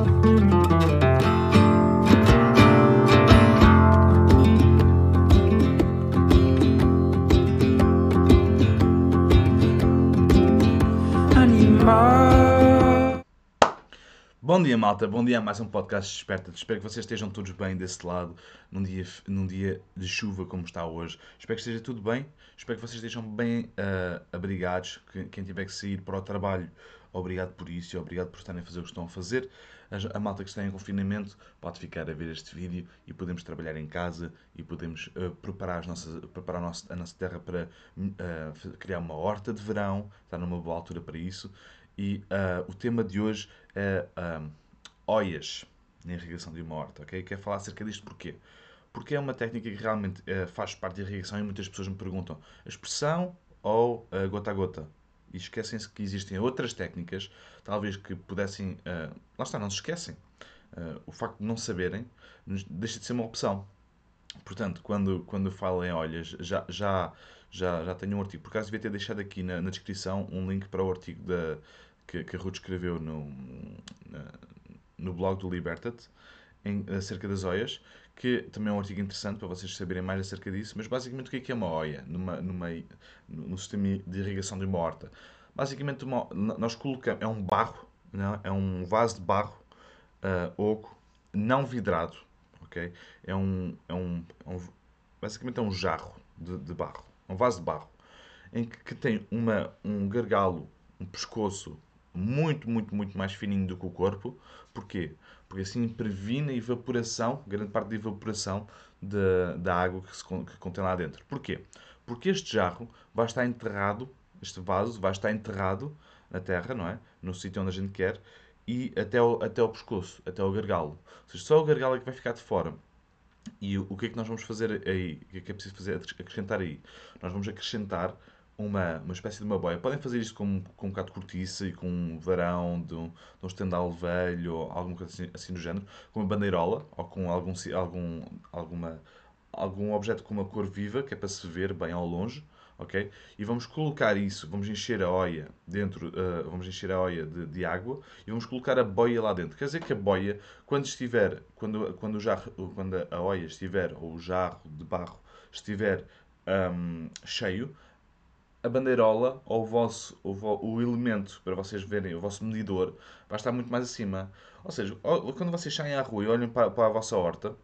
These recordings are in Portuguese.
Bom dia, malta. Bom dia a mais um podcast Desperta. Espero que vocês estejam todos bem desse lado, num dia de chuva como está hoje. Espero que esteja tudo bem. Espero que vocês estejam bem abrigados. Quem tiver que sair para o trabalho, obrigado por isso e obrigado por estarem a fazer o que estão a fazer. A malta que está em confinamento pode ficar a ver este vídeo e podemos trabalhar em casa e podemos preparar a nossa terra para criar uma horta de verão. Está numa boa altura para isso. E o tema de hoje é oias na irrigação de uma horta, ok? Quero falar acerca disto porquê? Porque é uma técnica que realmente faz parte da irrigação e muitas pessoas me perguntam a expressão ou a gota a gota? E esquecem-se que existem outras técnicas, talvez que pudessem... lá está, não se esquecem. O facto de não saberem deixa de ser uma opção. Portanto, quando falo em olhas, já tenho um artigo. Por acaso devia ter deixado aqui na descrição um link para o artigo que a Ruth escreveu no blog do Liberta-te, acerca das oias, que também é um artigo interessante para vocês saberem mais acerca disso. Mas basicamente o que é uma oia no sistema de irrigação de uma horta? Basicamente, nós colocamos, é um barro, não é? É um vaso de barro oco, não vidrado, ok? Basicamente é um jarro de barro, um vaso de barro, em que tem um gargalo, um pescoço muito mais fininho do que o corpo. Porquê? Porque assim previne a evaporação, grande parte da evaporação da água que contém lá dentro. Porquê? Porque este jarro vai estar enterrado, este vaso vai estar enterrado na terra, não é? No sítio onde a gente quer, e até ao pescoço, até ao gargalo. Ou seja, só o gargalo é que vai ficar de fora. E o que é que nós vamos fazer aí? O que é preciso fazer? Acrescentar aí? Nós vamos acrescentar uma espécie de uma boia. Podem fazer isto com um bocado de cortiça e com um varão de um estendal velho ou alguma coisa assim do género, com uma bandeirola ou com algum objeto com uma cor viva, que é para se ver bem ao longe, ok? E vamos colocar isso, vamos encher a oia vamos encher a oia de água e vamos colocar a boia lá dentro. Quer dizer que a boia, quando a oia estiver, ou o jarro de barro estiver cheio, a bandeirola ou o elemento para vocês verem, o vosso medidor, vai estar muito mais acima. Ou seja, quando vocês saem à rua e olham para a vossa horta,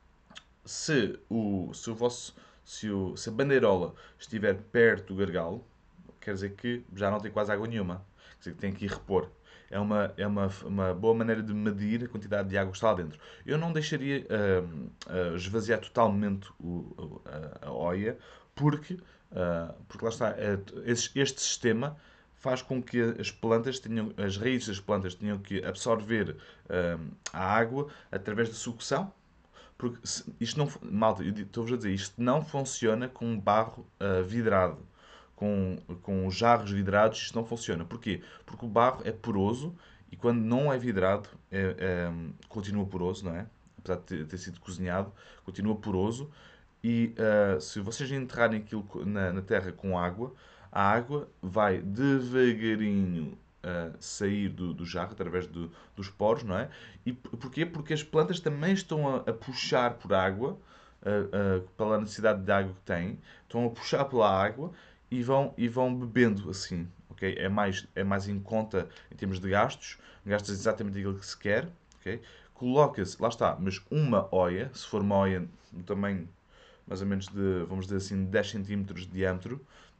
se a bandeirola estiver perto do gargalo, quer dizer que já não tem quase água nenhuma. Quer dizer que tem que ir repor. É uma boa maneira de medir a quantidade de água que está lá dentro. Eu não deixaria esvaziar totalmente a oia, porque lá está, este sistema faz com que as raízes das plantas tenham que absorver a água através da sucção, porque isto não, malta, estou-vos a dizer, isto não funciona com barro vidrado. Com os jarros vidrados, isto não funciona. Porquê? Porque o barro é poroso e quando não é vidrado, continua poroso, não é? Apesar de ter sido cozinhado, continua poroso. E se vocês enterrarem aquilo na terra com água, a água vai devagarinho sair do jarro através dos poros, não é? E porquê? Porque as plantas também estão a puxar por água, pela necessidade de água que têm, estão a puxar pela água e vão bebendo assim, ok? É mais em conta em termos de gastos, gastas exatamente aquilo que se quer, ok? Coloca-se, lá está, mas uma oia, se for uma oia do tamanho mais ou menos vamos dizer assim, 10 centímetros de diâmetro,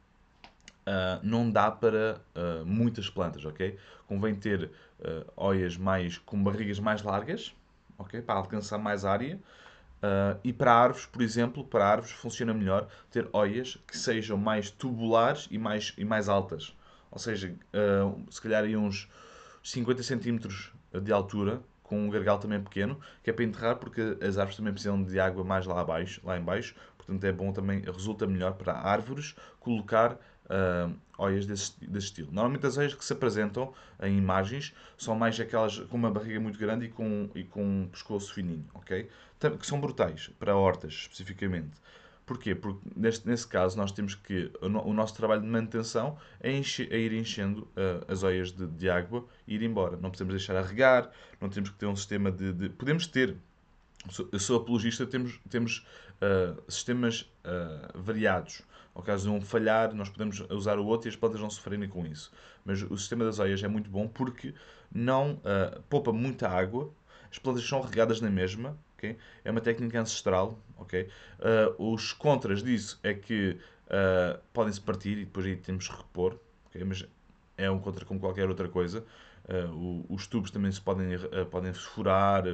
não dá para muitas plantas, ok? Convém ter oias com barrigas mais largas, ok? Para alcançar mais área. E para árvores, por exemplo, para árvores funciona melhor ter oias que sejam mais tubulares e mais altas. Ou seja, se calhar aí uns 50 centímetros de altura, com um gargalo também pequeno, que é para enterrar, porque as árvores também precisam de água mais lá em baixo. Portanto, é bom também, resulta melhor para árvores colocar oias desse estilo. Normalmente as oias que se apresentam em imagens são mais aquelas com uma barriga muito grande e com um pescoço fininho, ok? Que são brutais, para hortas especificamente. Porquê? Porque nesse caso nós temos que, o nosso trabalho de manutenção é ir enchendo as oeias de água e ir embora. Não podemos deixar a regar, não temos que ter um sistema podemos ter, eu sou apologista, temos sistemas variados. Ao caso de um falhar, nós podemos usar o outro e as plantas não sofrerem com isso. Mas o sistema das oeias é muito bom porque não poupa muita água, as plantas são regadas na mesma, ok? É uma técnica ancestral, ok? Os contras disso é que podem-se partir e depois aí temos que repor, ok? Mas é um contra como qualquer outra coisa. Os tubos também se podem furar,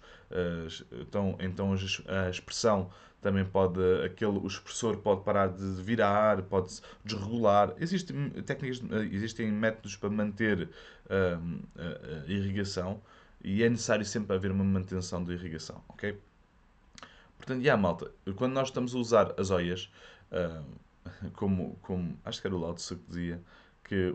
então a expressão também pode, o expressor pode parar de virar, pode desregular. Existem métodos para manter a irrigação e é necessário sempre haver uma manutenção da irrigação, ok? Portanto, malta, quando nós estamos a usar as oeias, ah, como acho que era o Lao Tzu que dizia, que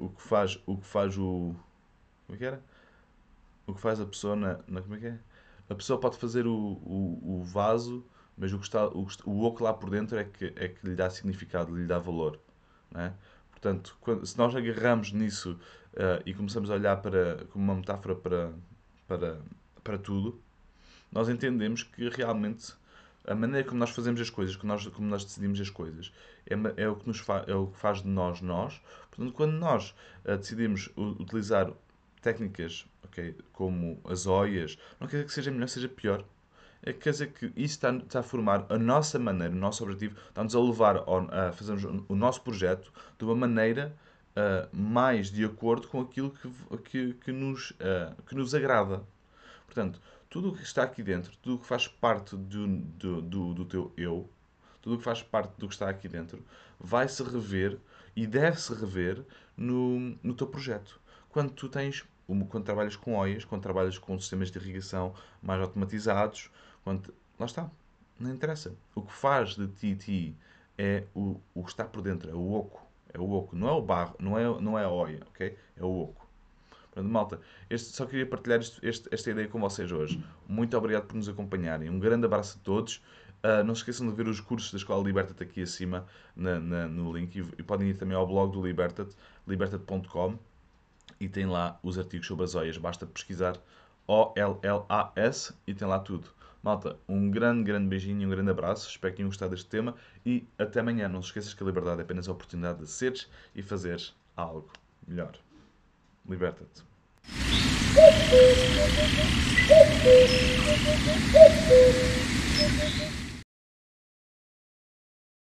como é que era? O que faz a pessoa como é que é? A pessoa pode fazer o vaso, mas o oco lá por dentro é que lhe dá significado, lhe dá valor. Não é? Portanto, se nós agarramos nisso e começamos a olhar como uma metáfora para, para tudo, nós entendemos que realmente a maneira como nós fazemos as coisas, como nós decidimos as coisas, é o que é o que faz de nós. Portanto, quando nós decidimos utilizar técnicas, ok, como as oias, não quer dizer que seja melhor, seja pior. Quer dizer que isso está a formar a nossa maneira, o nosso objetivo, está-nos a levar a fazermos o nosso projeto de uma maneira mais de acordo com aquilo que nos agrada. Portanto, tudo o que está aqui dentro, tudo o que faz parte do teu eu, tudo o que faz parte do que está aqui dentro, vai-se rever e deve-se rever no teu projeto. Quando trabalhas com OIAs, quando trabalhas com sistemas de irrigação mais automatizados, lá está, não interessa. O que faz de ti é o que está por dentro, é o oco. É o oco, não é o barro, não é a oia, ok? É o oco. Portanto, malta, só queria partilhar esta ideia com vocês hoje. Muito obrigado por nos acompanharem. Um grande abraço a todos. Não se esqueçam de ver os cursos da Escola Liberta-te aqui acima no link e podem ir também ao blog do Liberta-te, liberta-te.com, e tem lá os artigos sobre as oias. Basta pesquisar OLLAS e tem lá tudo. Malta, um grande, grande beijinho e um grande abraço. Espero que tenham gostado deste tema e até amanhã. Não se esqueças que a liberdade é apenas a oportunidade de seres e fazeres algo melhor. Liberta-te.